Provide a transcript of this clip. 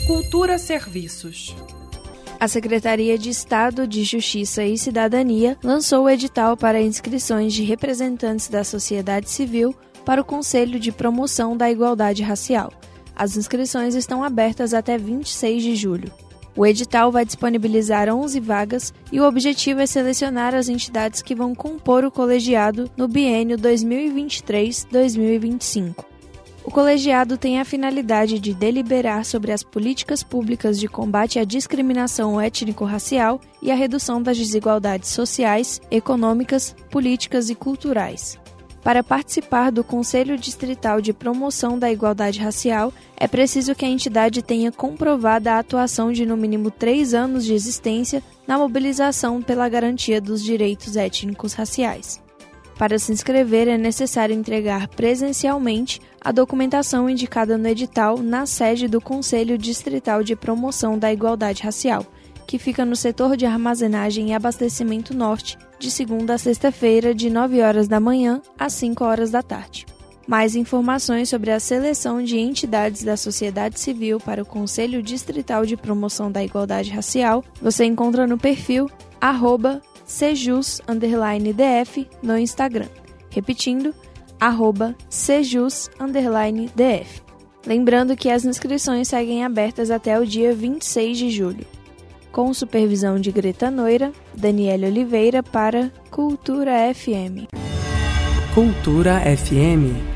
Cultura Serviços. A Secretaria de Estado de Justiça e Cidadania lançou o edital para inscrições de representantes da sociedade civil para o Conselho de Promoção da Igualdade Racial. As inscrições estão abertas até 26 de julho. O edital vai disponibilizar 11 vagas e o objetivo é selecionar as entidades que vão compor o colegiado no biênio 2023-2025. O colegiado tem a finalidade de deliberar sobre as políticas públicas de combate à discriminação étnico-racial e a redução das desigualdades sociais, econômicas, políticas e culturais. Para participar do Conselho Distrital de Promoção da Igualdade Racial, é preciso que a entidade tenha comprovada a atuação de no mínimo 3 anos de existência na mobilização pela garantia dos direitos étnicos raciais. Para se inscrever, é necessário entregar presencialmente a documentação indicada no edital na sede do Conselho Distrital de Promoção da Igualdade Racial, que fica no setor de armazenagem e abastecimento norte, de segunda a sexta-feira, de 9 horas da manhã às 5 horas da tarde. Mais informações sobre a seleção de entidades da sociedade civil para o Conselho Distrital de Promoção da Igualdade Racial você encontra no perfil @sejus_df no Instagram. Repetindo, @sejus_df. Lembrando que as inscrições seguem abertas até o dia 26 de julho. Com supervisão de Greta Noira, Daniele Oliveira para Cultura FM. Cultura FM.